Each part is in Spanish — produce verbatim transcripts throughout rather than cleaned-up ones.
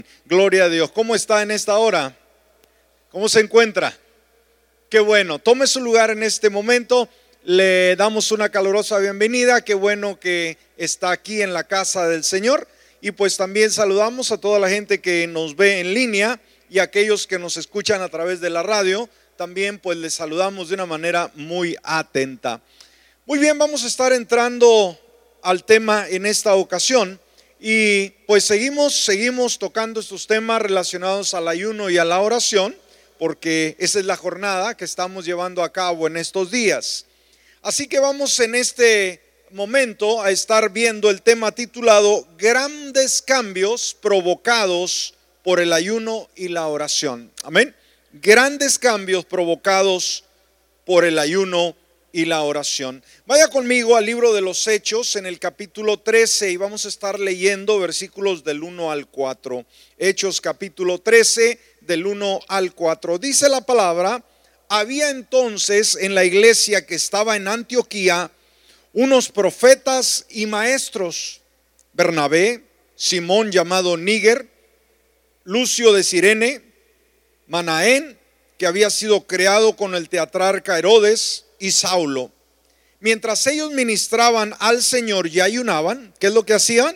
Gloria a Dios. ¿Cómo está en esta hora? ¿Cómo se encuentra? Qué bueno. Tome su lugar en este momento. Le damos una calurosa bienvenida. Qué bueno que está aquí en la casa del Señor. Y pues también saludamos a toda la gente que nos ve en línea y a aquellos que nos escuchan a través de la radio. También pues les saludamos de una manera muy atenta. Muy bien, vamos a estar entrando al tema en esta ocasión. Y pues seguimos, seguimos tocando estos temas relacionados al ayuno y a la oración, porque esa es la jornada que estamos llevando a cabo en estos días. Así que vamos en este momento a estar viendo el tema titulado Grandes cambios provocados por el ayuno y la oración. Amén. Grandes cambios provocados por el ayuno y la oración. Vaya conmigo al libro de los Hechos en el capítulo trece y vamos a estar leyendo versículos del uno al cuatro. Hechos capítulo trece del uno al cuatro. Dice la palabra: había entonces en la iglesia que estaba en Antioquía unos profetas y maestros, Bernabé, Simón llamado Níger, Lucio de Cirene, Manaén, que había sido creado con el tetrarca Herodes, y Saulo. Mientras ellos ministraban al Señor y ayunaban, ¿qué es lo que hacían?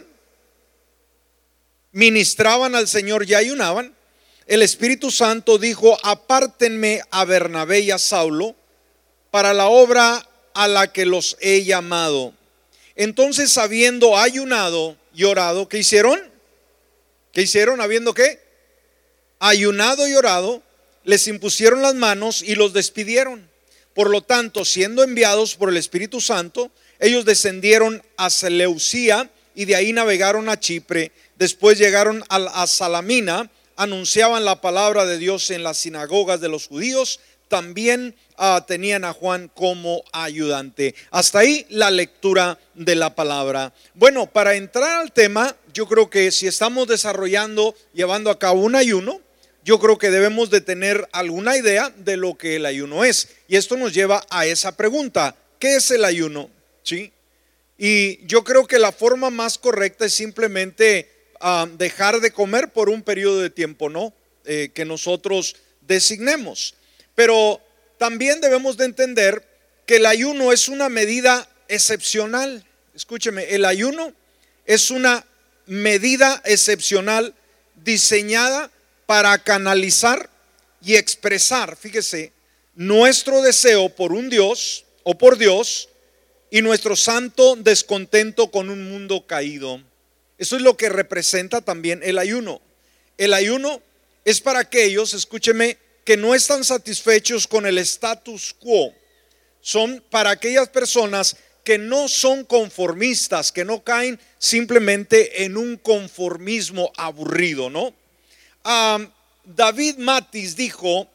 Ministraban al Señor y ayunaban. El Espíritu Santo dijo: apártenme a Bernabé y a Saulo para la obra a la que los he llamado. Entonces, habiendo ayunado y orado, ¿qué hicieron? ¿Qué hicieron? ¿Habiendo qué? Ayunado y orado, les impusieron las manos y los despidieron. Por lo tanto, siendo enviados por el Espíritu Santo, ellos descendieron a Seleucía y de ahí navegaron a Chipre. Después llegaron a Salamina, anunciaban la palabra de Dios en las sinagogas de los judíos. También uh, tenían a Juan como ayudante. Hasta ahí la lectura de la palabra. Bueno, para entrar al tema, yo creo que si estamos desarrollando, llevando a cabo un ayuno, yo creo que debemos de tener alguna idea de lo que el ayuno es. Y esto nos lleva a esa pregunta: ¿qué es el ayuno? ¿Sí? Y yo creo que la forma más correcta es simplemente uh, dejar de comer por un periodo de tiempo, ¿no? Eh, que nosotros designemos. Pero también debemos de entender que el ayuno es una medida excepcional. Escúcheme, el ayuno es una medida excepcional diseñada para canalizar y expresar, fíjese, nuestro deseo por un Dios o por Dios y nuestro santo descontento con un mundo caído. Eso es lo que representa también el ayuno. El ayuno es para aquellos, escúcheme, que no están satisfechos con el status quo. Son para aquellas personas que no son conformistas, que no caen simplemente en un conformismo aburrido, ¿no? Um, David Matis dijo: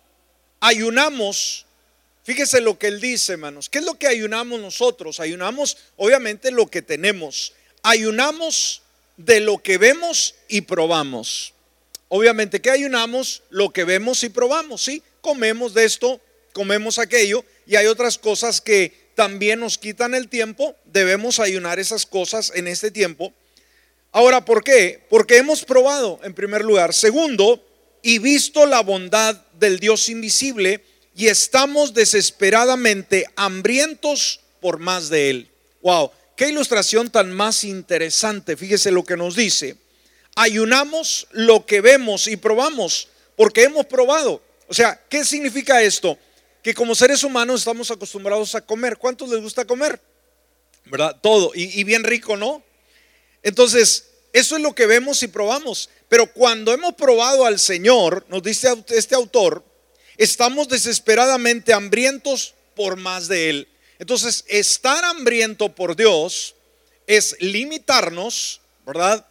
ayunamos. Fíjese lo que él dice, hermanos. ¿Qué es lo que ayunamos nosotros? Ayunamos obviamente lo que tenemos. Ayunamos de lo que vemos y probamos. Obviamente que ayunamos lo que vemos y probamos, ¿sí? Comemos de esto, comemos aquello, y hay otras cosas que también nos quitan el tiempo. Debemos ayunar esas cosas en este tiempo. Ahora, ¿por qué? Porque hemos probado, en primer lugar. Segundo, y visto la bondad del Dios invisible, y estamos desesperadamente hambrientos por más de Él. Wow, qué ilustración tan más interesante. Fíjese lo que nos dice: ayunamos lo que vemos y probamos, porque hemos probado. O sea, ¿qué significa esto? Que como seres humanos estamos acostumbrados a comer. ¿Cuántos les gusta comer? ¿Verdad? Todo, y, y bien rico, ¿no? Entonces, eso es lo que vemos y probamos. Pero cuando hemos probado al Señor, nos dice este autor, estamos desesperadamente hambrientos por más de Él. Entonces, estar hambriento por Dios es limitarnos, ¿verdad?,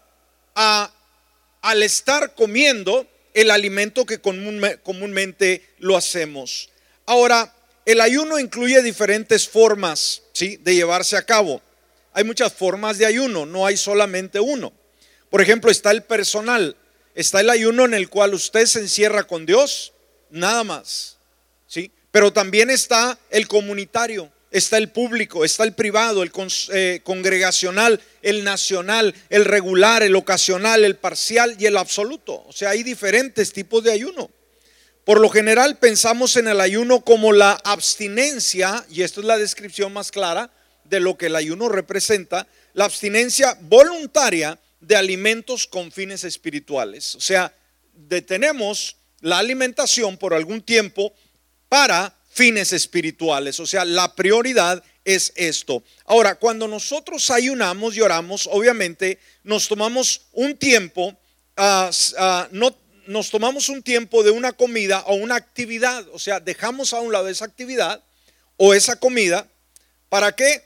a, al estar comiendo el alimento que común, comúnmente lo hacemos. Ahora, el ayuno incluye diferentes formas, ¿sí?, de llevarse a cabo. Hay muchas formas de ayuno, no hay solamente uno. Por ejemplo, está el personal. Está el ayuno en el cual usted se encierra con Dios, nada más, ¿sí? Pero también está el comunitario, está el público, está el privado, el eh, congregacional, el nacional, el regular, el ocasional, el parcial y el absoluto. O sea, hay diferentes tipos de ayuno. Por lo general pensamos en el ayuno como la abstinencia, y esto es la descripción más clara de lo que el ayuno representa, la abstinencia voluntaria de alimentos con fines espirituales. O sea, detenemos la alimentación por algún tiempo para fines espirituales. O sea, la prioridad es esto. Ahora, cuando nosotros ayunamos y oramos, obviamente nos tomamos un tiempo, uh, uh, no nos tomamos un tiempo de una comida o una actividad. O sea, dejamos a un lado esa actividad o esa comida. ¿Para qué?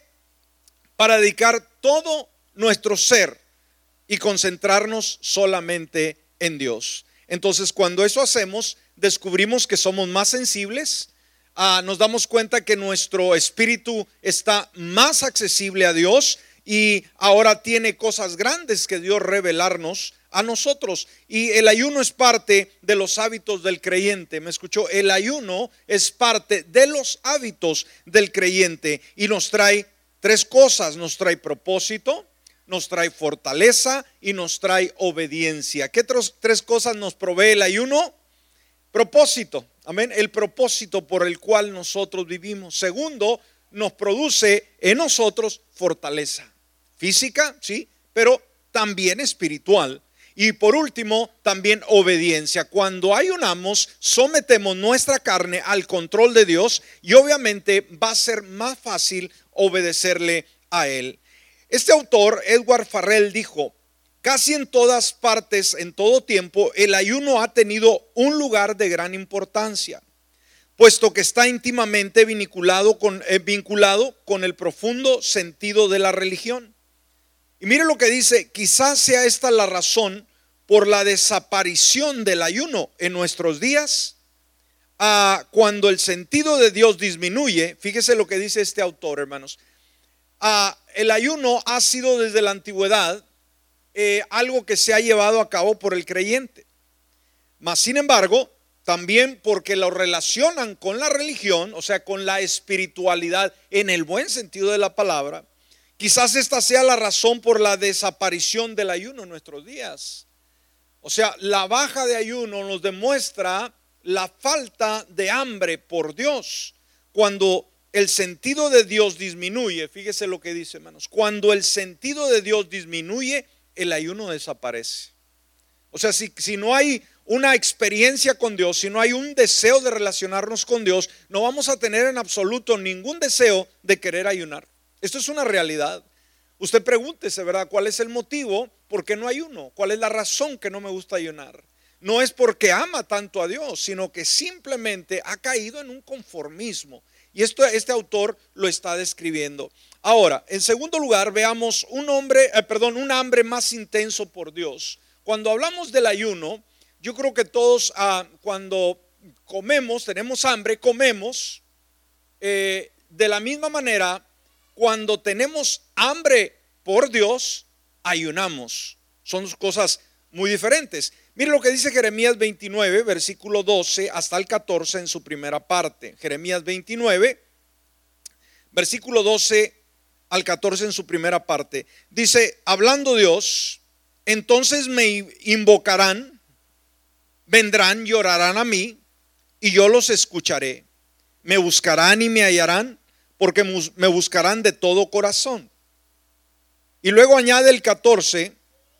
Para dedicar todo nuestro ser y concentrarnos solamente en Dios. Entonces, cuando eso hacemos, descubrimos que somos más sensibles. Uh, nos damos cuenta que nuestro espíritu está más accesible a Dios y ahora tiene cosas grandes que Dios revelarnos a nosotros. Y el ayuno es parte de los hábitos del creyente. ¿Me escuchó? El ayuno es parte de los hábitos del creyente y nos trae tres cosas. Nos trae propósito, nos trae fortaleza y nos trae obediencia. ¿Qué tres, tres cosas nos provee el ayuno? Propósito, amén, el propósito por el cual nosotros vivimos. Segundo, nos produce en nosotros fortaleza física, sí, pero también espiritual. Y por último, también obediencia. Cuando ayunamos, sometemos nuestra carne al control de Dios y obviamente va a ser más fácil obedecerle a Él. Este autor, Edward Farrell, dijo: casi en todas partes, en todo tiempo, el ayuno ha tenido un lugar de gran importancia, puesto que está íntimamente vinculado con, eh, vinculado con el profundo sentido de la religión. Y mire lo que dice: quizás sea esta la razón por la desaparición del ayuno en nuestros días. Ah, cuando el sentido de Dios disminuye, fíjese lo que dice este autor, hermanos. Ah, el ayuno ha sido desde la antigüedad eh, algo que se ha llevado a cabo por el creyente. Mas sin embargo, también porque lo relacionan con la religión, o sea, con la espiritualidad en el buen sentido de la palabra. Quizás esta sea la razón por la desaparición del ayuno en nuestros días. O sea, la baja de ayuno nos demuestra la falta de hambre por Dios. Cuando el sentido de Dios disminuye, fíjese lo que dice, hermanos, cuando el sentido de Dios disminuye, el ayuno desaparece. O sea, si, si no hay una experiencia con Dios, si no hay un deseo de relacionarnos con Dios, no vamos a tener en absoluto ningún deseo de querer ayunar. Esto es una realidad. Usted pregúntese, ¿verdad? ¿Cuál es el motivo? ¿Por qué no ayuno? ¿Cuál es la razón que no me gusta ayunar? No es porque ama tanto a Dios, sino que simplemente ha caído en un conformismo. Y esto, este autor lo está describiendo. Ahora, en segundo lugar, veamos un hombre, eh, perdón, un hambre más intenso por Dios. Cuando hablamos del ayuno, yo creo que todos ah, cuando comemos, tenemos hambre, comemos. Eh, de la misma manera, cuando tenemos hambre por Dios, ayunamos. Son dos cosas muy diferentes. Mire lo que dice Jeremías veintinueve, versículo doce hasta el catorce en su primera parte. Jeremías veintinueve, versículo doce al catorce en su primera parte. Dice: hablando Dios, entonces me invocarán, vendrán y orarán a mí, y yo los escucharé. Me buscarán y me hallarán, porque me buscarán de todo corazón. Y luego añade el catorce: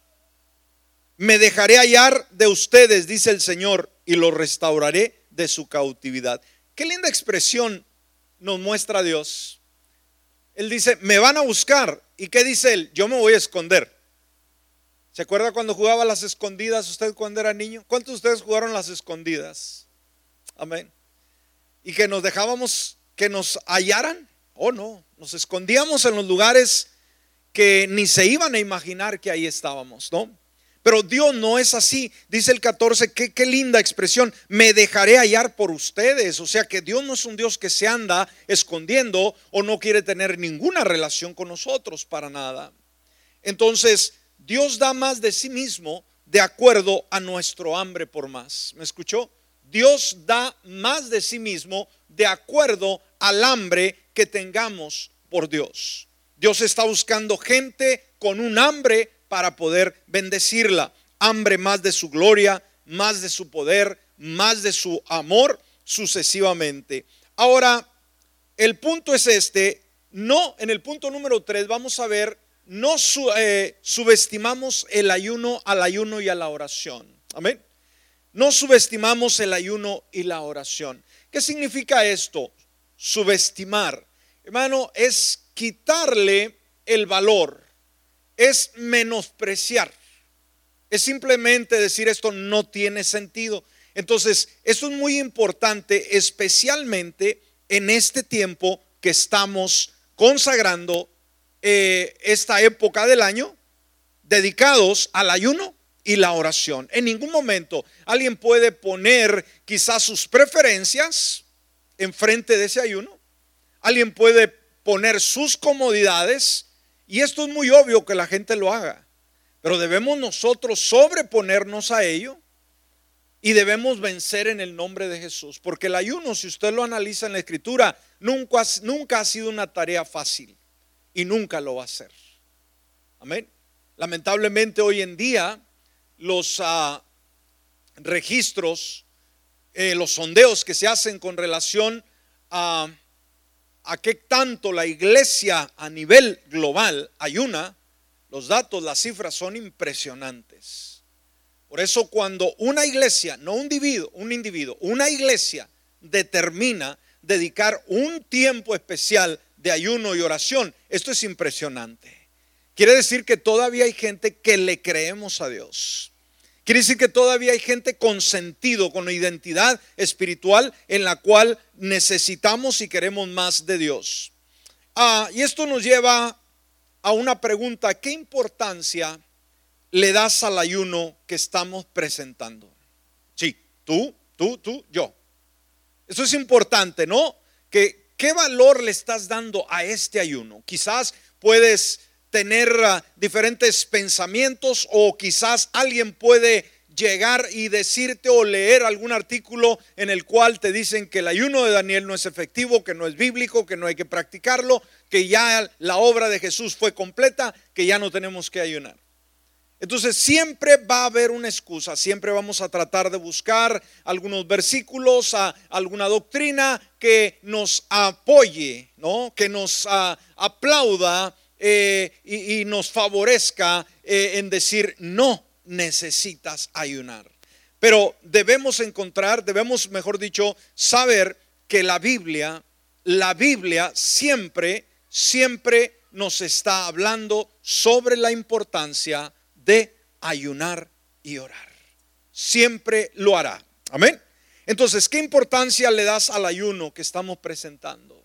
me dejaré hallar de ustedes, dice el Señor, y los restauraré de su cautividad. Qué linda expresión nos muestra Dios. Él dice: me van a buscar. ¿Y qué dice él? Yo me voy a esconder. ¿Se acuerda cuando jugaba a las escondidas usted cuando era niño? ¿Cuántos de ustedes jugaron las escondidas? Amén. Y que nos dejábamos que nos hallaran. Oh, no, nos escondíamos en los lugares que ni se iban a imaginar que ahí estábamos, ¿no? Pero Dios no es así. Dice el catorce, qué, qué linda expresión: me dejaré hallar por ustedes. O sea que Dios no es un Dios que se anda escondiendo o no quiere tener ninguna relación con nosotros, para nada. Entonces Dios da más de sí mismo de acuerdo a nuestro hambre por más. ¿Me escuchó? Dios da más de sí mismo de acuerdo al hambre que tengamos por Dios. Dios está buscando gente con un hambre para poder bendecirla. Hambre más de su gloria, más de su poder, más de su amor, sucesivamente. Ahora, el punto es este. No, en el punto número tres vamos a ver, no su, eh, subestimamos el ayuno al ayuno y a la oración. Amén. No subestimamos el ayuno y la oración. ¿Qué significa esto? Subestimar, hermano, es quitarle el valor, es menospreciar, es simplemente decir esto no tiene sentido. Entonces, esto es muy importante, especialmente en este tiempo que estamos consagrando eh, esta época del año, dedicados al ayuno y la oración. En ningún momento alguien puede poner quizás sus preferencias enfrente de ese ayuno. Alguien puede poner sus comodidades, y esto es muy obvio que la gente lo haga, pero debemos nosotros sobreponernos a ello y debemos vencer en el nombre de Jesús, porque el ayuno, si usted lo analiza en la Escritura, nunca, nunca ha sido una tarea fácil y nunca lo va a ser. Amén. Lamentablemente hoy en día los uh, registros, eh, los sondeos que se hacen con relación a, a qué tanto la iglesia a nivel global ayuna, los datos, las cifras son impresionantes. Por eso cuando una iglesia, no un individuo, un individuo, una iglesia determina dedicar un tiempo especial de ayuno y oración, esto es impresionante. Quiere decir que todavía hay gente que le creemos a Dios. Quiere decir que todavía hay gente con sentido, con identidad espiritual en la cual necesitamos y queremos más de Dios. Ah, y esto nos lleva a una pregunta: ¿qué importancia le das al ayuno que estamos presentando? Sí, tú, tú, tú, yo. Eso es importante, ¿no? ¿Qué, qué valor le estás dando a este ayuno? Quizás puedes tener uh, diferentes pensamientos, o quizás alguien puede llegar y decirte o leer algún artículo en el cual te dicen que el ayuno de Daniel no es efectivo, que no es bíblico, que no hay que practicarlo, que ya la obra de Jesús fue completa, que ya no tenemos que ayunar. Entonces siempre va a haber una excusa, siempre vamos a tratar de buscar algunos versículos, a, alguna doctrina que nos apoye, ¿no? Que nos a, aplauda eh, y, y nos favorezca eh, en decir no necesitas ayunar. Pero debemos encontrar, debemos mejor dicho, saber que la Biblia, la Biblia siempre, siempre nos está hablando sobre la importancia de ayunar y orar. Siempre lo hará. Amén. Entonces, ¿qué importancia le das al ayuno que estamos presentando?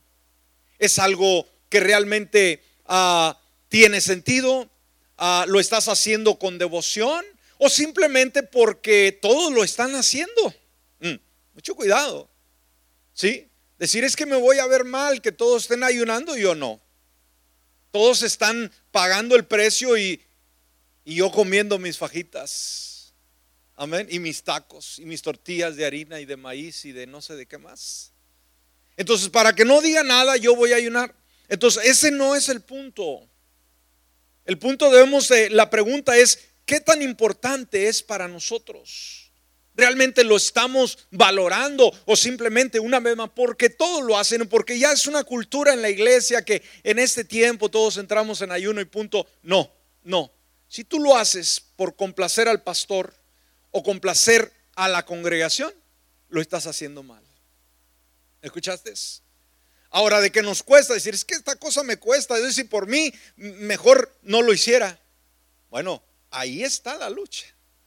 ¿Es algo que realmente uh, tiene sentido? Uh, ¿Lo estás haciendo con devoción? ¿O simplemente porque todos lo están haciendo? Mm, mucho cuidado. ¿Sí? Decir es que me voy a ver mal que todos estén ayunando y yo no. Todos están pagando el precio y Y yo comiendo mis fajitas, amén, y mis tacos y mis tortillas de harina y de maíz y de no sé de qué más. Entonces, para que no diga nada, yo voy a ayunar. Entonces, ese no es el punto. El punto debemos de, la pregunta es: ¿qué tan importante es para nosotros? ¿Realmente lo estamos valorando o simplemente una vez más porque todos lo hacen, porque ya es una cultura en la iglesia que en este tiempo todos entramos en ayuno y punto? No, no. Si tú lo haces por complacer al pastor o complacer a la congregación, lo estás haciendo mal. ¿Escuchaste? Ahora, ¿de qué nos cuesta? Decir, es que esta cosa me cuesta. Es decir, por mí mejor no lo hiciera. Bueno, ahí está la lucha.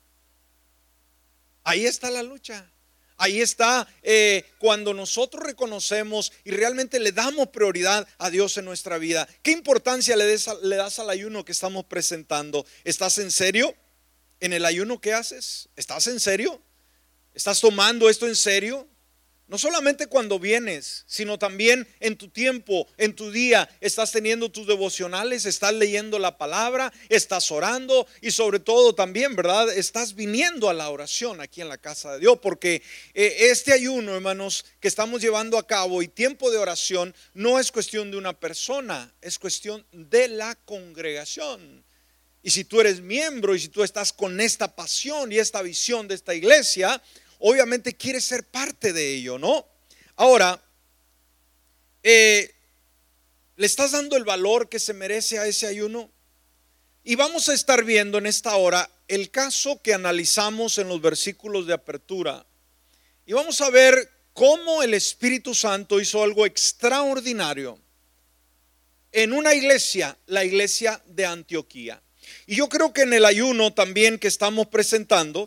Ahí está la lucha. Ahí está eh, cuando nosotros reconocemos y realmente le damos prioridad a Dios en nuestra vida. ¿Qué importancia le, des, le das al ayuno que estamos presentando? ¿Estás en serio en el ayuno que haces? ¿Estás en serio? ¿Estás tomando esto en serio? No solamente cuando vienes, sino también en tu tiempo, en tu día, estás teniendo tus devocionales, estás leyendo la palabra, estás orando y sobre todo también, ¿verdad? Estás viniendo a la oración aquí en la casa de Dios, porque eh, este ayuno, hermanos, que estamos llevando a cabo y tiempo de oración no es cuestión de una persona, es cuestión de la congregación. Y si tú eres miembro y si tú estás con esta pasión y esta visión de esta iglesia, obviamente quieres ser parte de ello, ¿no? Ahora, eh, ¿le estás dando el valor que se merece a ese ayuno? Y vamos a estar viendo en esta hora el caso que analizamos en los versículos de apertura. Y vamos a ver cómo el Espíritu Santo hizo algo extraordinario en una iglesia, la iglesia de Antioquía. Y yo creo que en el ayuno también que estamos presentando,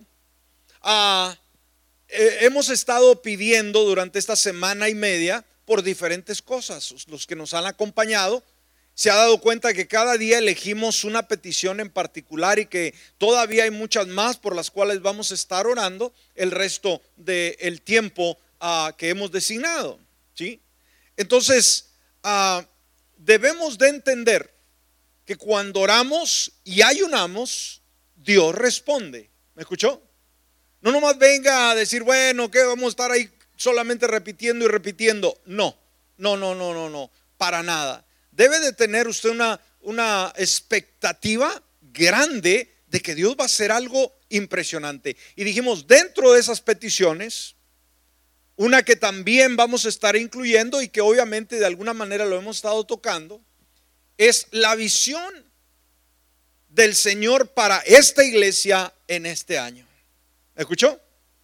a Eh, hemos estado pidiendo durante esta semana y media por diferentes cosas. Los que nos han acompañado se ha dado cuenta que cada día elegimos una petición en particular y que todavía hay muchas más por las cuales vamos a estar orando el resto del tiempo uh, que hemos designado, ¿sí? Entonces uh, debemos de entender que cuando oramos y ayunamos, Dios responde. ¿Me escuchó? No nomás venga a decir, bueno, que vamos a estar ahí solamente repitiendo y repitiendo. No, no, no, no, no, no, para nada. Debe de tener usted una, una expectativa grande de que Dios va a hacer algo impresionante. Y dijimos, dentro de esas peticiones, una que también vamos a estar incluyendo y que obviamente de alguna manera lo hemos estado tocando, es la visión del Señor para esta iglesia en este año. ¿Escuchó?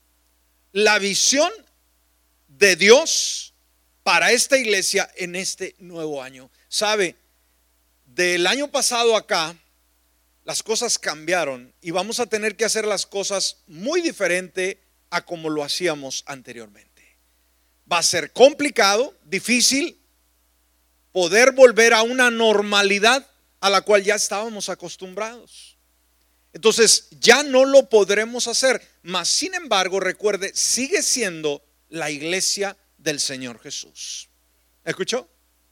La visión de Dios para esta iglesia en este nuevo año. Sabe, del año pasado acá, las cosas cambiaron y vamos a tener que hacer las cosas muy diferente a como lo hacíamos anteriormente. Va a ser complicado, difícil poder volver a una normalidad a la cual ya estábamos acostumbrados. Entonces ya no lo podremos hacer, mas sin embargo, recuerde, sigue siendo la iglesia del Señor Jesús. ¿Escuchó?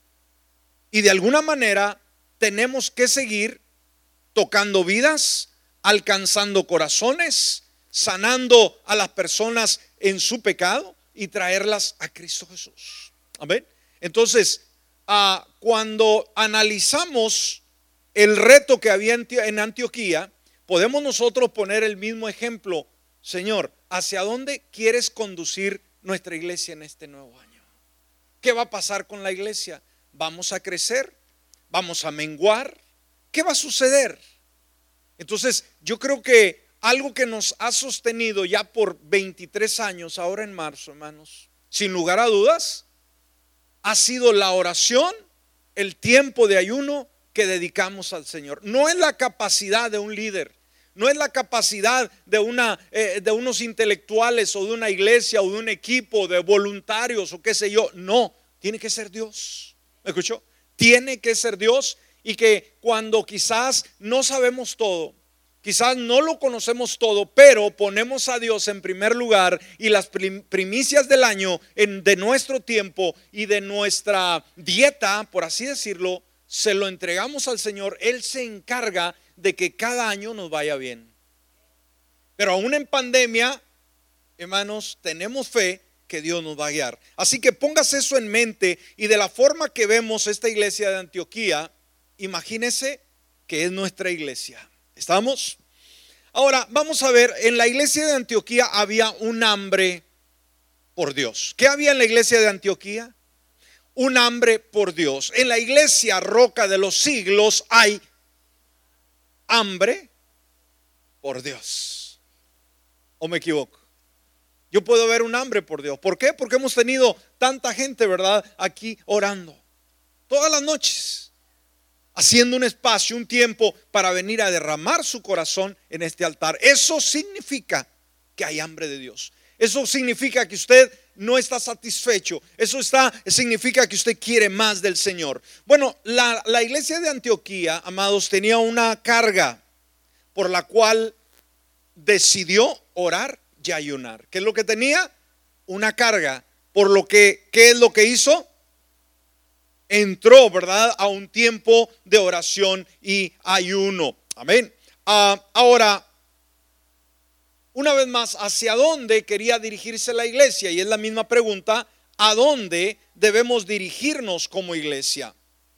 Y de alguna manera tenemos que seguir tocando vidas, alcanzando corazones, sanando a las personas en su pecado y traerlas a Cristo Jesús. Amén. Entonces, uh, cuando analizamos el reto que había en Antioquía, podemos nosotros poner el mismo ejemplo. Señor, ¿hacia dónde quieres conducir nuestra iglesia en este nuevo año? ¿Qué va a pasar con la iglesia? ¿Vamos a crecer? ¿Vamos a menguar? ¿Qué va a suceder? Entonces, yo creo que algo que nos ha sostenido ya por veintitrés años, ahora en marzo, hermanos, sin lugar a dudas, ha sido la oración, el tiempo de ayuno que dedicamos al Señor. No es la capacidad de un líder, no es la capacidad de, una, eh, de unos intelectuales o de una iglesia o de un equipo de voluntarios o qué sé yo. No, tiene que ser Dios. ¿Me escuchó? Tiene que ser Dios, y que cuando quizás no sabemos todo, quizás no lo conocemos todo, pero ponemos a Dios en primer lugar y las primicias del año en, de nuestro tiempo y de nuestra dieta, por así decirlo, se lo entregamos al Señor. Él se encarga de que cada año nos vaya bien. Pero aún en pandemia, hermanos, tenemos fe que Dios nos va a guiar. Así que póngase eso en mente, y de la forma que vemos esta iglesia de Antioquía, imagínese que es nuestra iglesia. ¿Estamos? Ahora vamos a ver, en la iglesia de Antioquía había un hambre por Dios. ¿Qué había en la iglesia de Antioquía? Un hambre por Dios. En la iglesia Roca de los Siglos hay hambre por Dios. ¿O me equivoco? Yo puedo ver un hambre por Dios. ¿Por qué? Porque hemos tenido tanta gente, ¿verdad?, aquí orando todas las noches, haciendo un espacio, un tiempo para venir a derramar su corazón en este altar. Eso significa que hay hambre de Dios. Eso significa que usted no está satisfecho. Eso está, significa que usted quiere más del Señor. Bueno, la, la iglesia de Antioquía, amados, tenía una carga por la cual decidió orar y ayunar. ¿Qué es lo que tenía? Una carga Por lo que, ¿qué es lo que hizo? Entró, ¿verdad?, a un tiempo de oración y ayuno. Amén. Uh, ahora, una vez más, ¿hacia dónde quería dirigirse la iglesia? Y es la misma pregunta, ¿a dónde debemos dirigirnos como iglesia?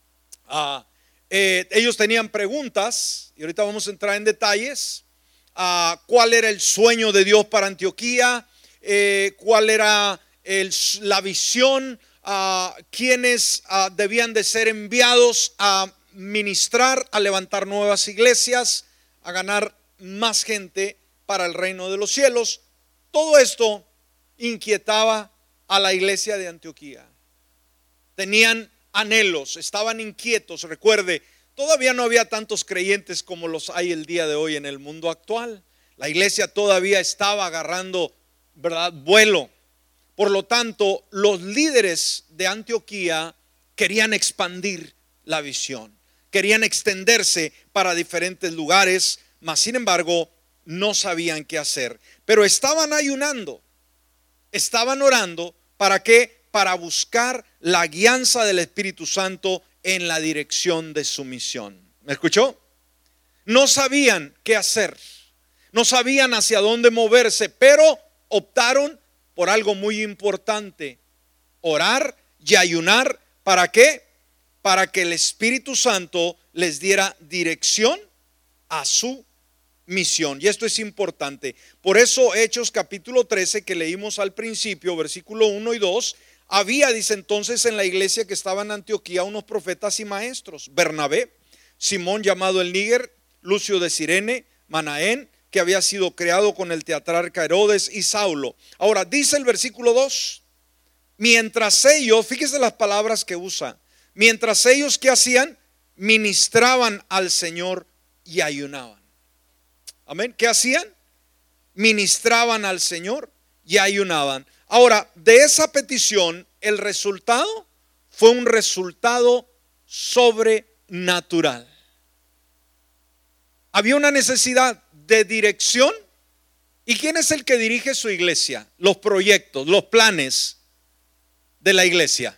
Uh, eh, ellos tenían preguntas, y ahorita vamos a entrar en detalles. Uh, ¿Cuál era el sueño de Dios para Antioquía? Eh, ¿Cuál era el, la visión? Uh, ¿Quiénes uh, debían de ser enviados a ministrar, a levantar nuevas iglesias, a ganar más gente para el reino de los cielos? Todo esto inquietaba a la iglesia de Antioquía. Tenían anhelos, estaban inquietos. Recuerde, todavía no había tantos creyentes como los hay el día de hoy en el mundo actual. La iglesia todavía estaba agarrando, ¿verdad?, vuelo. Por lo tanto, los líderes de Antioquía querían expandir la visión, querían extenderse para diferentes lugares, mas sin embargo no sabían qué hacer. Pero estaban ayunando, estaban orando. ¿Para qué? Para buscar la guianza del Espíritu Santo en la dirección de su misión. ¿Me escuchó? No sabían qué hacer, no sabían hacia dónde moverse, pero optaron por algo muy importante: orar y ayunar. ¿Para qué? Para que el Espíritu Santo les diera dirección a su misión. Y esto es importante. Por eso Hechos capítulo trece, que leímos al principio, versículo uno y dos, había, dice entonces, en la iglesia que estaba en Antioquía unos profetas y maestros: Bernabé, Simón llamado el Níger, Lucio de Cirene, Manaén, que había sido creado con el tetrarca Herodes, y Saulo. Ahora dice el versículo dos, mientras ellos, fíjese las palabras que usa, mientras ellos, ¿qué hacían? Ministraban al Señor y ayunaban. Amén. ¿Qué hacían? Ministraban al Señor y ayunaban. Ahora, de esa petición, el resultado fue un resultado sobrenatural. Había una necesidad de dirección. ¿Y quién es el que dirige su iglesia? Los proyectos, los planes de la iglesia.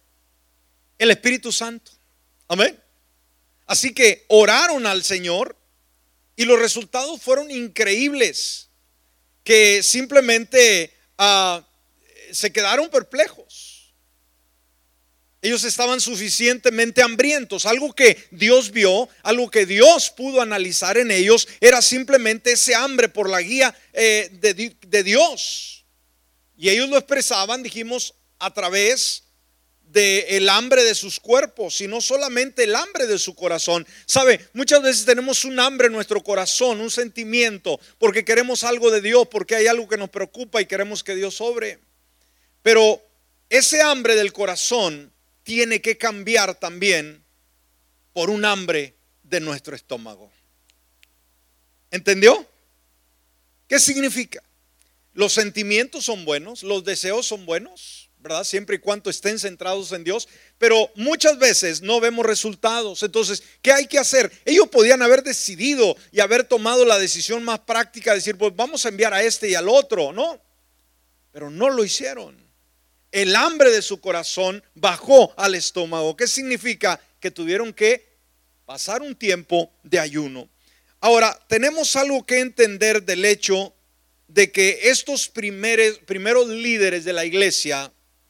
El Espíritu Santo. Amén. Así que oraron al Señor y los resultados fueron increíbles, que simplemente uh, se quedaron perplejos. Ellos estaban suficientemente hambrientos. Algo que Dios vio, algo que Dios pudo analizar en ellos, era simplemente ese hambre por la guía eh, de, de Dios. Y ellos lo expresaban, dijimos, a través del hambre de sus cuerpos, y no solamente el hambre de su corazón. Sabe, muchas veces tenemos un hambre en nuestro corazón, un sentimiento, porque queremos algo de Dios, porque hay algo que nos preocupa y queremos que Dios obre. Pero ese hambre del corazón tiene que cambiar también por un hambre de nuestro estómago. ¿Entendió? ¿Qué significa? Los sentimientos son buenos, los deseos son buenos, ¿verdad? Siempre y cuando estén centrados en Dios, pero muchas veces no vemos resultados. Entonces, ¿qué hay que hacer? Ellos podían haber decidido y haber tomado la decisión más práctica de decir, pues vamos a enviar a este y al otro, ¿no? Pero no lo hicieron. El hambre de su corazón bajó al estómago. ¿Qué significa? Que tuvieron que pasar un tiempo de ayuno. Ahora, tenemos algo que entender del hecho de que estos primeros, primeros líderes de la iglesia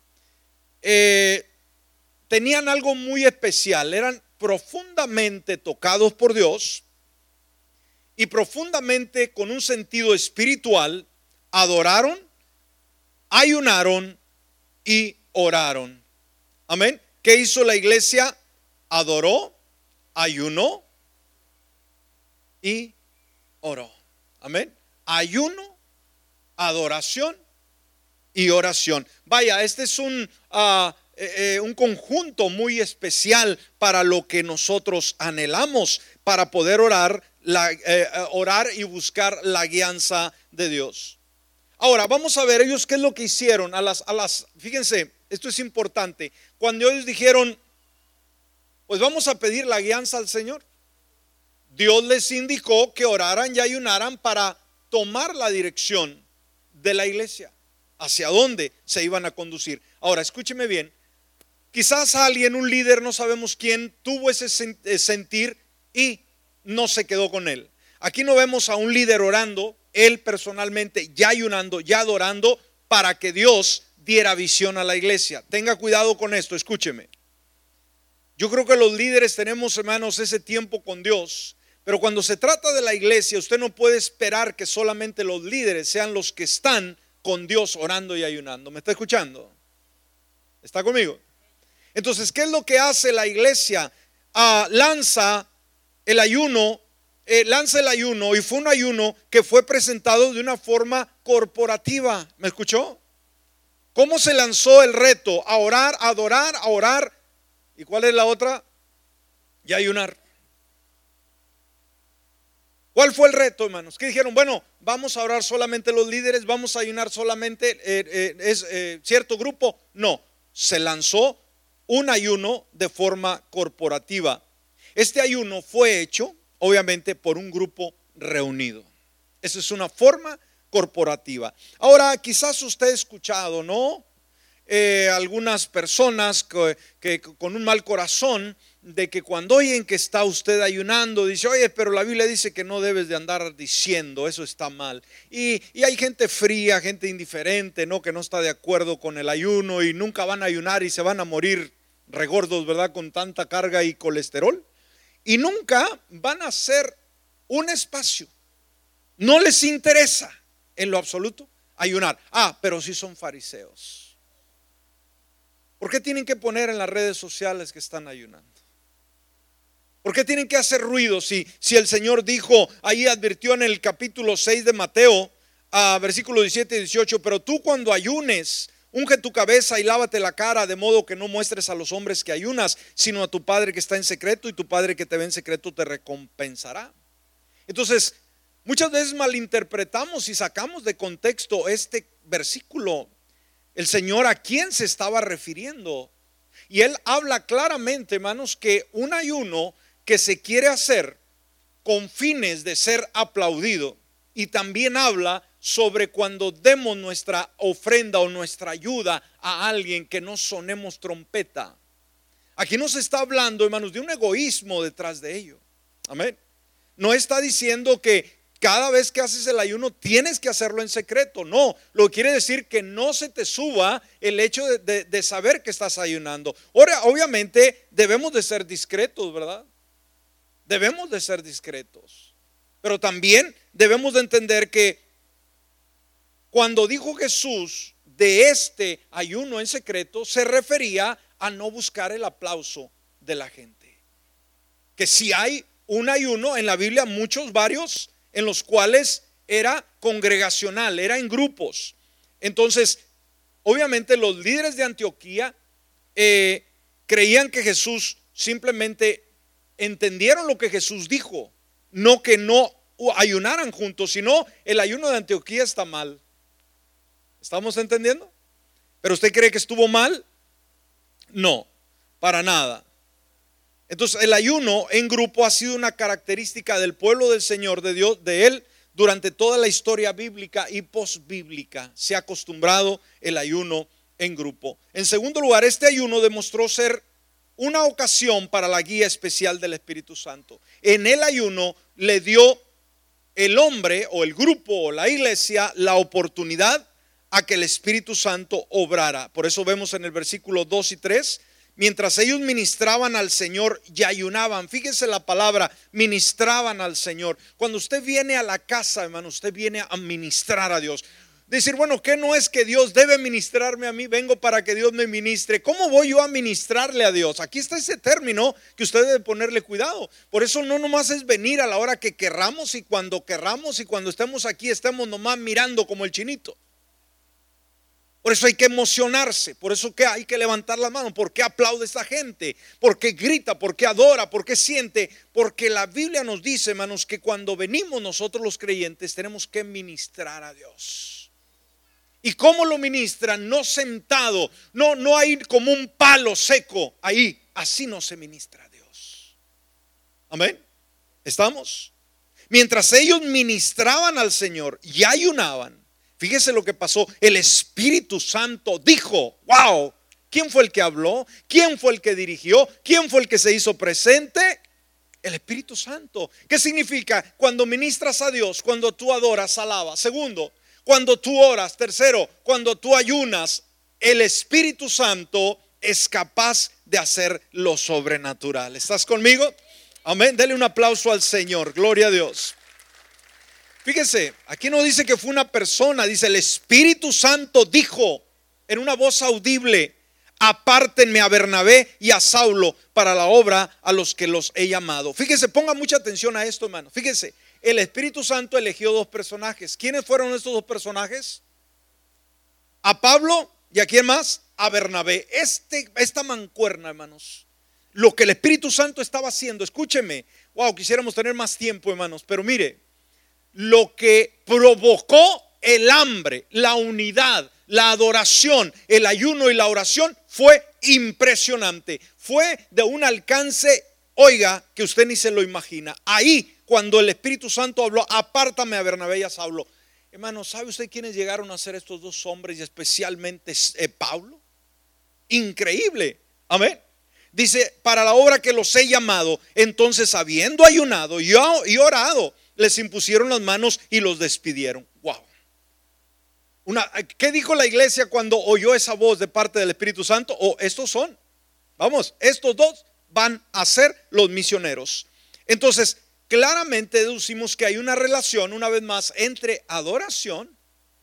eh, tenían algo muy especial. Eran profundamente tocados por Dios y profundamente, con un sentido espiritual, adoraron, ayunaron y oraron. Amén. ¿Qué hizo la iglesia? Adoró, ayunó y oró. Amén. Ayuno, adoración y oración. Vaya, este es un, uh, eh, eh, un conjunto muy especial para lo que nosotros anhelamos, para poder orar, la, eh, orar y buscar la guianza de Dios. Ahora vamos a ver ellos qué es lo que hicieron a las, a las, fíjense, esto es importante. Cuando ellos dijeron, pues vamos a pedir la guianza al Señor, Dios les indicó que oraran y ayunaran para tomar la dirección de la iglesia. hacia dónde se iban a conducir. Ahora, escúcheme bien. Quizás alguien, un líder, no sabemos quién, tuvo ese sentir y no se quedó con él. Aquí no vemos a un líder orando, él personalmente ya ayunando, ya adorando, para que Dios diera visión a la iglesia. Tenga cuidado con esto, escúcheme. Yo creo que los líderes tenemos, hermanos, ese tiempo con Dios, pero cuando se trata de la iglesia, usted no puede esperar que solamente los líderes sean los que están con Dios orando y ayunando. ¿Me está escuchando? ¿Está conmigo? Entonces, ¿qué es lo que hace la iglesia? Ah, lanza el ayuno, eh, lanza el ayuno, y fue un ayuno que fue presentado de una forma corporativa. ¿Me escuchó? ¿Cómo se lanzó el reto? A orar, a adorar, a orar. ¿Y cuál es la otra? Y ayunar. ¿Cuál fue el reto, hermanos? ¿Qué dijeron? Bueno, vamos a orar solamente los líderes, vamos a ayunar solamente eh, eh, es eh, cierto grupo. No, se lanzó un ayuno de forma corporativa. Este ayuno fue hecho, obviamente, por un grupo reunido. Esa es una forma corporativa. Ahora, quizás usted ha escuchado, ¿no? Eh, algunas personas que, que con un mal corazón, de que cuando oyen que está usted ayunando, dice, oye, pero la Biblia dice que no debes de andar diciendo, eso está mal. Y, y hay gente fría, gente indiferente, ¿no? Que no está de acuerdo con el ayuno y nunca van a ayunar y se van a morir regordos, ¿verdad? Con tanta carga y colesterol. Y nunca van a hacer un espacio. No les interesa en lo absoluto ayunar. Ah, pero sí son fariseos. ¿Por qué tienen que poner en las redes sociales que están ayunando? ¿Por qué tienen que hacer ruido si, si el Señor dijo, ahí advirtió en el capítulo seis de Mateo, a versículo diecisiete y dieciocho, pero tú cuando ayunes, unge tu cabeza y lávate la cara, de modo que no muestres a los hombres que ayunas, sino a tu Padre que está en secreto, y tu Padre que te ve en secreto te recompensará. Entonces, muchas veces malinterpretamos y sacamos de contexto este versículo. El Señor, ¿a quién se estaba refiriendo? Y Él habla claramente, hermanos, que un ayuno que se quiere hacer con fines de ser aplaudido, y también habla sobre cuando demos nuestra ofrenda o nuestra ayuda a alguien, que no sonemos trompeta. Aquí no se está hablando, hermanos, de un egoísmo detrás de ello. Amén. No está diciendo que cada vez que haces el ayuno tienes que hacerlo en secreto. No, lo que quiere decir que no se te suba el hecho de, de, de saber que estás ayunando. Ahora, obviamente debemos de ser discretos, ¿verdad? Debemos de ser discretos. Pero también debemos de entender que cuando dijo Jesús de este ayuno en secreto, se refería a no buscar el aplauso de la gente. Que si hay un ayuno en la Biblia, muchos, varios, en los cuales era congregacional, era en grupos. Entonces, obviamente los líderes de Antioquía eh, creían que Jesús simplemente entendieron lo que Jesús dijo, no que no ayunaran juntos, sino el ayuno de Antioquía está mal. ¿Estamos entendiendo? ¿Pero usted cree que estuvo mal? No, para nada. Entonces el ayuno en grupo ha sido una característica del pueblo del Señor, de Dios, de Él, durante toda la historia bíblica y posbíblica. Se ha acostumbrado el ayuno en grupo. En segundo lugar, este ayuno demostró ser una ocasión para la guía especial del Espíritu Santo. En el ayuno le dio el hombre o el grupo o la iglesia la oportunidad a que el Espíritu Santo obrara. Por eso vemos en el versículo dos y tres, mientras ellos ministraban al Señor y ayunaban. Fíjese la palabra, ministraban al Señor. Cuando usted viene a la casa, hermano, usted viene a ministrar a Dios. Decir, bueno, ¿qué no es que Dios debe ministrarme a mí? Vengo para que Dios me ministre. ¿Cómo voy yo a ministrarle a Dios? Aquí está ese término que usted debe ponerle cuidado. Por eso no nomás es venir a la hora que querramos y cuando querramos, y cuando estemos aquí estemos nomás mirando como el chinito. Por eso hay que emocionarse, por eso que hay que levantar la mano. ¿Por qué aplaude esta gente? ¿Por qué grita? ¿Por qué adora? ¿Por qué siente? Porque la Biblia nos dice, hermanos, que cuando venimos nosotros los creyentes tenemos que ministrar a Dios. ¿Y cómo lo ministran? No sentado, no, no hay como un palo seco ahí. Así no se ministra a Dios. Amén. ¿Estamos? Mientras ellos ministraban al Señor y ayunaban, Fíjese lo que pasó. El Espíritu Santo dijo, wow, ¿quién fue el que habló? ¿Quién fue el que dirigió? ¿Quién fue el que se hizo presente? El Espíritu Santo. ¿Qué significa? Cuando ministras a Dios, cuando tú adoras, alabas. Segundo, cuando tú oras. Tercero, cuando tú ayunas, el Espíritu Santo es capaz de hacer lo sobrenatural. ¿Estás conmigo? Amén. Dele un aplauso al Señor. Gloria a Dios. Fíjese, aquí no dice que fue una persona, dice el Espíritu Santo dijo en una voz audible: apártenme a Bernabé y a Saulo para la obra a los que los he llamado. Fíjese, ponga mucha atención a esto, hermano. Fíjese, el Espíritu Santo eligió dos personajes. ¿Quiénes fueron estos dos personajes? A Pablo y a quién más, a Bernabé. Este, esta mancuerna, hermanos, lo que el Espíritu Santo estaba haciendo, escúcheme, wow, quisiéramos tener más tiempo, hermanos, pero mire, lo que provocó el hambre, la unidad, la adoración, el ayuno y la oración fue impresionante. Fue de un alcance, oiga, que usted ni se lo imagina. Ahí, cuando el Espíritu Santo habló, apártame a Bernabé y a Saulo. Hermano, ¿sabe usted quiénes llegaron a ser estos dos hombres y especialmente eh, Pablo? Increíble, amén. Dice, para la obra que los he llamado. Entonces, habiendo ayunado y orado, les impusieron las manos y los despidieron. Wow. Una, ¿qué dijo la iglesia cuando oyó esa voz de parte del Espíritu Santo? Oh, estos son, vamos, estos dos van a ser los misioneros. Entonces, claramente deducimos que hay una relación, una vez más, entre adoración,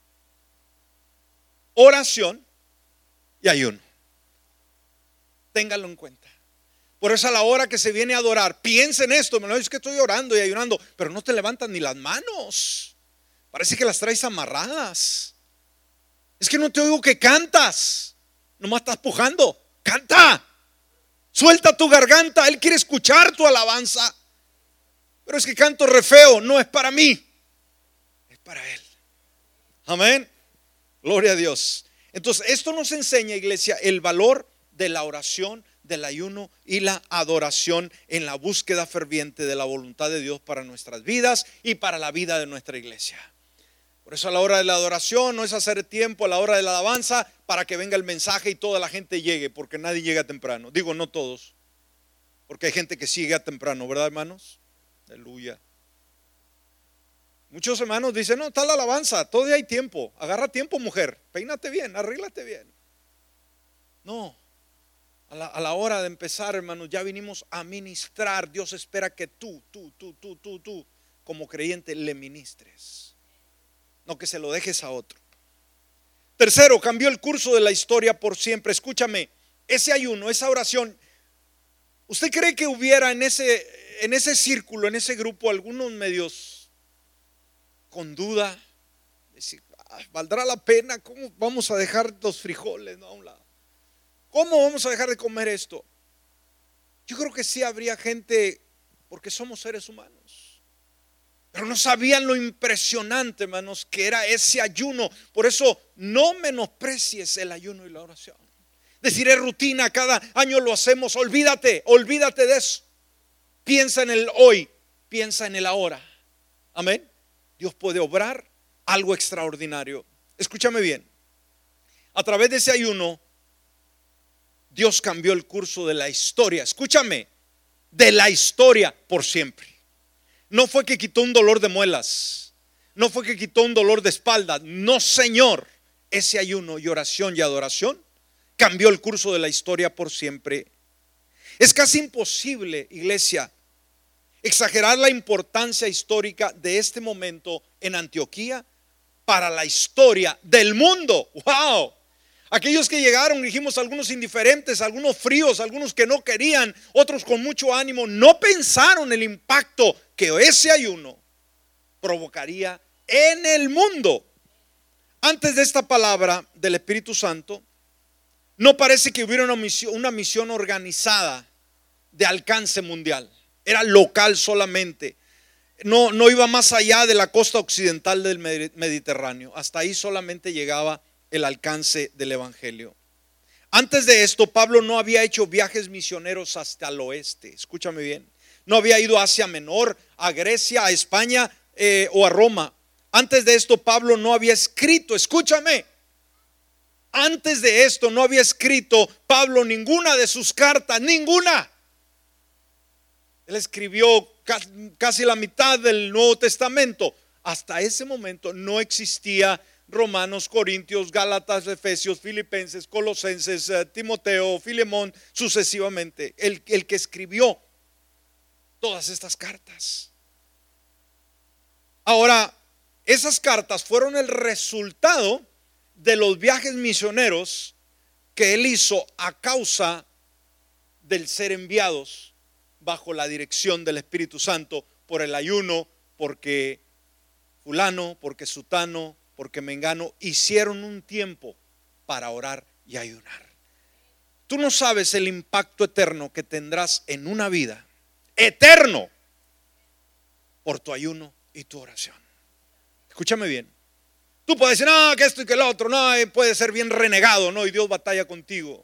oración y ayuno. Ténganlo en cuenta. Por eso a la hora que se viene a adorar, piensa en esto. Me lo dices que estoy orando y ayunando, pero no te levantan ni las manos. Parece que las traes amarradas. Es que no te oigo que cantas. Nomás estás pujando. Canta. Suelta tu garganta. Él quiere escuchar tu alabanza. Pero es que canto re feo. No es para mí, es para Él. Amén. Gloria a Dios. Entonces esto nos enseña, iglesia, el valor de la oración, del ayuno y la adoración en la búsqueda ferviente de la voluntad de Dios para nuestras vidas y para la vida de nuestra iglesia. Por eso a la hora de la adoración no es hacer tiempo, a la hora de la alabanza para que venga el mensaje y toda la gente llegue, porque nadie llega temprano. Digo, no todos, porque hay gente que sí llega temprano, ¿verdad, hermanos? Aleluya. Muchos hermanos dicen, no, está la alabanza, todavía hay tiempo. Agarra tiempo, mujer, peínate bien, arréglate bien. No. A la, a la hora de empezar, hermanos, ya vinimos a ministrar. Dios espera que tú, tú, tú, tú, tú, tú, como creyente, le ministres, no que se lo dejes a otro. Tercero, cambió el curso de la historia por siempre. Escúchame, ese ayuno, esa oración. ¿Usted cree que hubiera en ese, en ese círculo, en ese grupo, algunos medios con duda? Decir, ¿valdrá la pena? ¿Cómo vamos a dejar los frijoles, no, a un lado? ¿Cómo vamos a dejar de comer esto? Yo creo que sí habría gente, porque somos seres humanos, pero no sabían lo impresionante, hermanos, que era ese ayuno. Por eso no menosprecies el ayuno y la oración. Decir es rutina, cada año lo hacemos. Olvídate, olvídate de eso. Piensa en el hoy, piensa en el ahora. Amén. Dios puede obrar algo extraordinario. Escúchame bien. A través de ese ayuno, Dios cambió el curso de la historia. Escúchame, de la historia por siempre. No fue que quitó un dolor de muelas, no fue que quitó un dolor de espalda. No, Señor, ese ayuno y oración y adoración cambió el curso de la historia por siempre. Es casi imposible, iglesia, exagerar la importancia histórica de este momento en Antioquía para la historia del mundo. ¡Wow! Aquellos que llegaron, dijimos, algunos indiferentes, algunos fríos, algunos que no querían, otros con mucho ánimo, no pensaron el impacto que ese ayuno provocaría en el mundo. Antes de esta palabra del Espíritu Santo, no parece que hubiera una misión, una misión organizada de alcance mundial. Era local solamente. No, no iba más allá de la costa occidental del Mediterráneo. Hasta ahí solamente llegaba el alcance del evangelio. Antes de esto, Pablo no había hecho viajes misioneros hasta el oeste. Escúchame bien. No había ido a Asia Menor, a Grecia, a España eh, o a Roma. Antes de esto Pablo no había escrito, escúchame, antes de esto no había escrito Pablo ninguna de sus cartas, ninguna. Él escribió casi la mitad del Nuevo Testamento. Hasta ese momento no existía Romanos, Corintios, Gálatas, Efesios, Filipenses, Colosenses, Timoteo, Filemón, sucesivamente. El, el que escribió todas estas cartas. Ahora, esas cartas fueron el resultado de los viajes misioneros que él hizo a causa del ser enviados bajo la dirección del Espíritu Santo por el ayuno, porque fulano, porque sutano, porque mengano hicieron un tiempo para orar y ayunar. Tú no sabes el impacto eterno que tendrás en una vida, eterno, por tu ayuno y tu oración. Escúchame bien. Tú puedes decir, no, que esto y que lo otro, no, puede ser bien renegado, no, y Dios batalla contigo.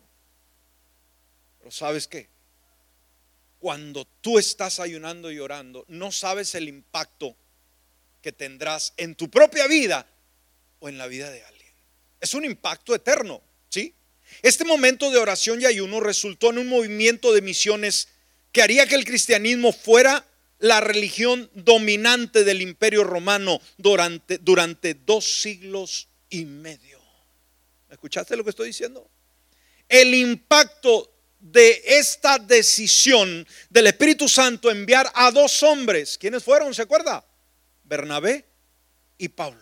Pero ¿sabes qué? Cuando tú estás ayunando y orando, no sabes el impacto que tendrás en tu propia vida o en la vida de alguien. Es un impacto eterno, ¿sí? Este momento de oración y ayuno resultó en un movimiento de misiones que haría que el cristianismo fuera la religión dominante del Imperio Romano durante, durante dos siglos y medio. ¿Me escuchaste lo que estoy diciendo? El impacto de esta decisión del Espíritu Santo enviar a dos hombres, ¿quiénes fueron? ¿Se acuerda? Bernabé y Pablo,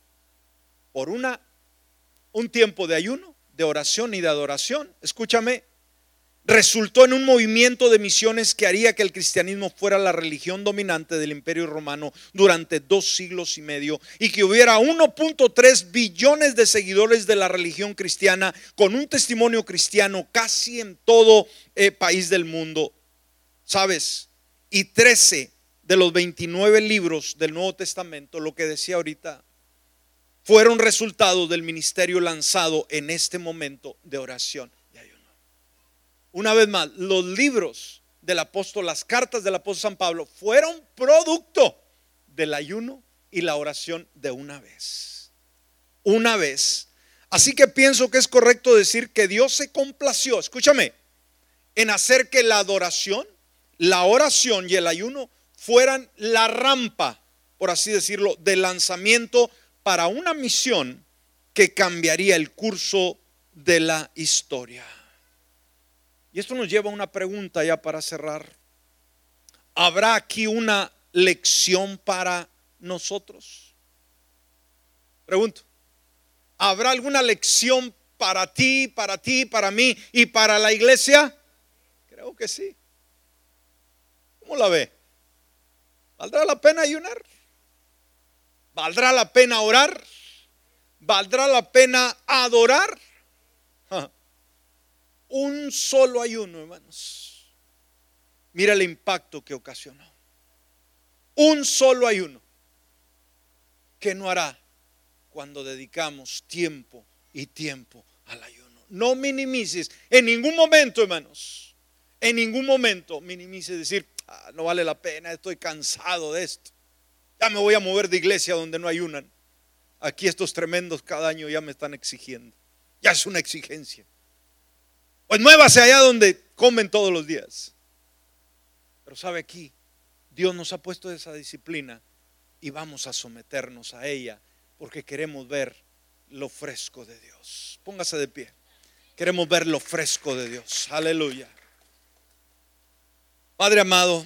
por una, un tiempo de ayuno, de oración y de adoración, escúchame, resultó en un movimiento de misiones que haría que el cristianismo fuera la religión dominante del Imperio Romano durante dos siglos y medio, y que hubiera uno punto tres billones de seguidores de la religión cristiana con un testimonio cristiano casi en todo eh, país del mundo. ¿Sabes? Y trece de los veintinueve libros del Nuevo Testamento, lo que decía ahorita, fueron resultados del ministerio lanzado en este momento de oración y ayuno. Una vez más, los libros del apóstol, las cartas del apóstol San Pablo fueron producto del ayuno y la oración de una vez. Una vez. Así que pienso que es correcto decir que Dios se complació, escúchame, en hacer que la adoración, la oración y el ayuno fueran la rampa, por así decirlo, de lanzamiento para una misión que cambiaría el curso de la historia. Y esto nos lleva a una pregunta ya para cerrar. ¿Habrá aquí una lección para nosotros? Pregunto. ¿Habrá alguna lección para ti, para ti, para mí y para la iglesia? Creo que sí. ¿Cómo la ve? ¿Valdrá la pena ayunar? ¿Valdrá la pena orar? ¿Valdrá la pena adorar? Un solo ayuno, hermanos, mira el impacto que ocasionó. Un solo ayuno. ¿Qué no hará cuando dedicamos tiempo y tiempo al ayuno? No minimices en ningún momento, hermanos. En ningún momento minimices decir, ah, no vale la pena, estoy cansado de esto. Ya me voy a mover de iglesia donde no ayunan. Aquí estos tremendos cada año ya me están exigiendo. Ya es una exigencia. Pues muévase allá donde comen todos los días. Pero sabe, aquí Dios nos ha puesto esa disciplina y vamos a someternos a ella porque queremos ver lo fresco de Dios. Póngase de pie. Queremos ver lo fresco de Dios. Aleluya. Padre amado,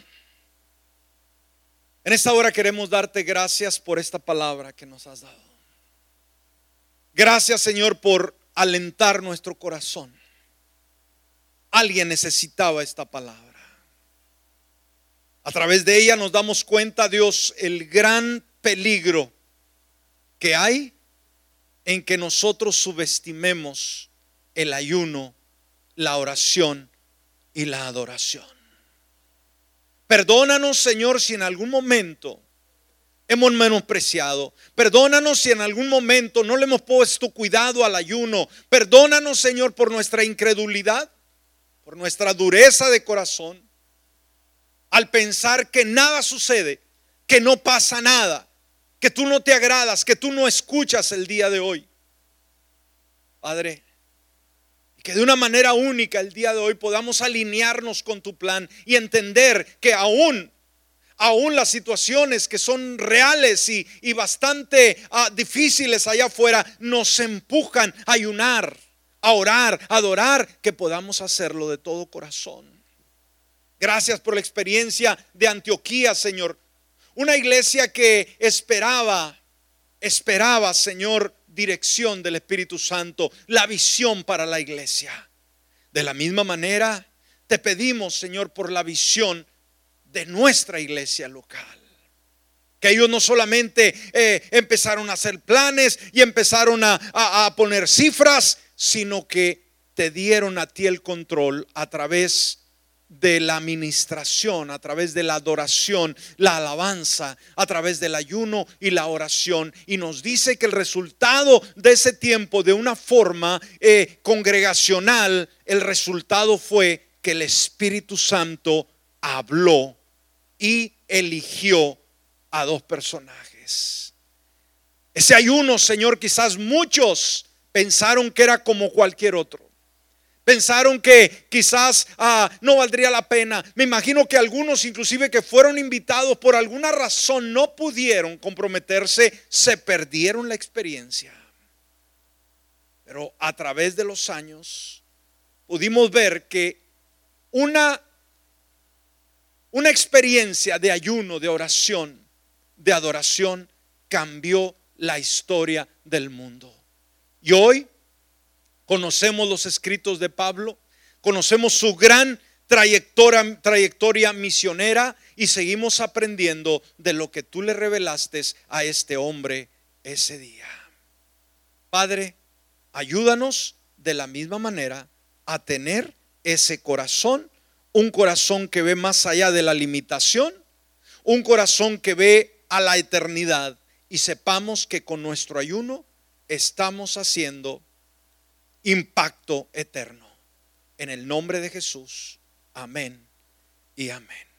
en esta hora queremos darte gracias por esta palabra que nos has dado. Gracias, Señor, por alentar nuestro corazón. Alguien necesitaba esta palabra. A través de ella nos damos cuenta, Dios, el gran peligro que hay en que nosotros subestimemos el ayuno, la oración y la adoración. Perdónanos, Señor, si en algún momento hemos menospreciado. Perdónanos si en algún momento no le hemos puesto cuidado al ayuno. Perdónanos, Señor, por nuestra incredulidad, por nuestra dureza de corazón, al pensar que nada sucede, que no pasa nada. que tú no te agradas, que tú no escuchas el día de hoy. Padre, que de una manera única el día de hoy podamos alinearnos con tu plan y entender que aún, aún las situaciones que son reales y, y bastante uh, difíciles allá afuera nos empujan a ayunar, a orar, a adorar, que podamos hacerlo de todo corazón. Gracias por la experiencia de Antioquía, Señor. Una iglesia que esperaba, esperaba, Señor, dirección del Espíritu Santo, la visión para la iglesia. De la misma manera, te pedimos, Señor, por la visión de nuestra iglesia local. Que ellos no solamente eh, empezaron a hacer planes y empezaron a, a, a poner cifras, sino que te dieron a ti el control a través de la administración, a través de la adoración, la alabanza, a través del ayuno y la oración. Y nos dice que el resultado de ese tiempo, de una forma eh, congregacional, el resultado fue que el Espíritu Santo habló y eligió a dos personajes. Ese ayuno, Señor, quizás muchos pensaron que era como cualquier otro. Pensaron que quizás ah, no valdría la pena. Me imagino que algunos, inclusive que fueron invitados, por alguna razón no pudieron comprometerse, se perdieron la experiencia. Pero a través de los años pudimos ver que una, una experiencia de ayuno, de oración, de adoración cambió la historia del mundo. Y hoy conocemos los escritos de Pablo, conocemos su gran trayectoria, trayectoria misionera y seguimos aprendiendo de lo que tú le revelaste a este hombre ese día. Padre, ayúdanos de la misma manera a tener ese corazón, un corazón que ve más allá de la limitación, un corazón que ve a la eternidad, y sepamos que con nuestro ayuno estamos haciendo impacto eterno. En el nombre de Jesús, amén y amén.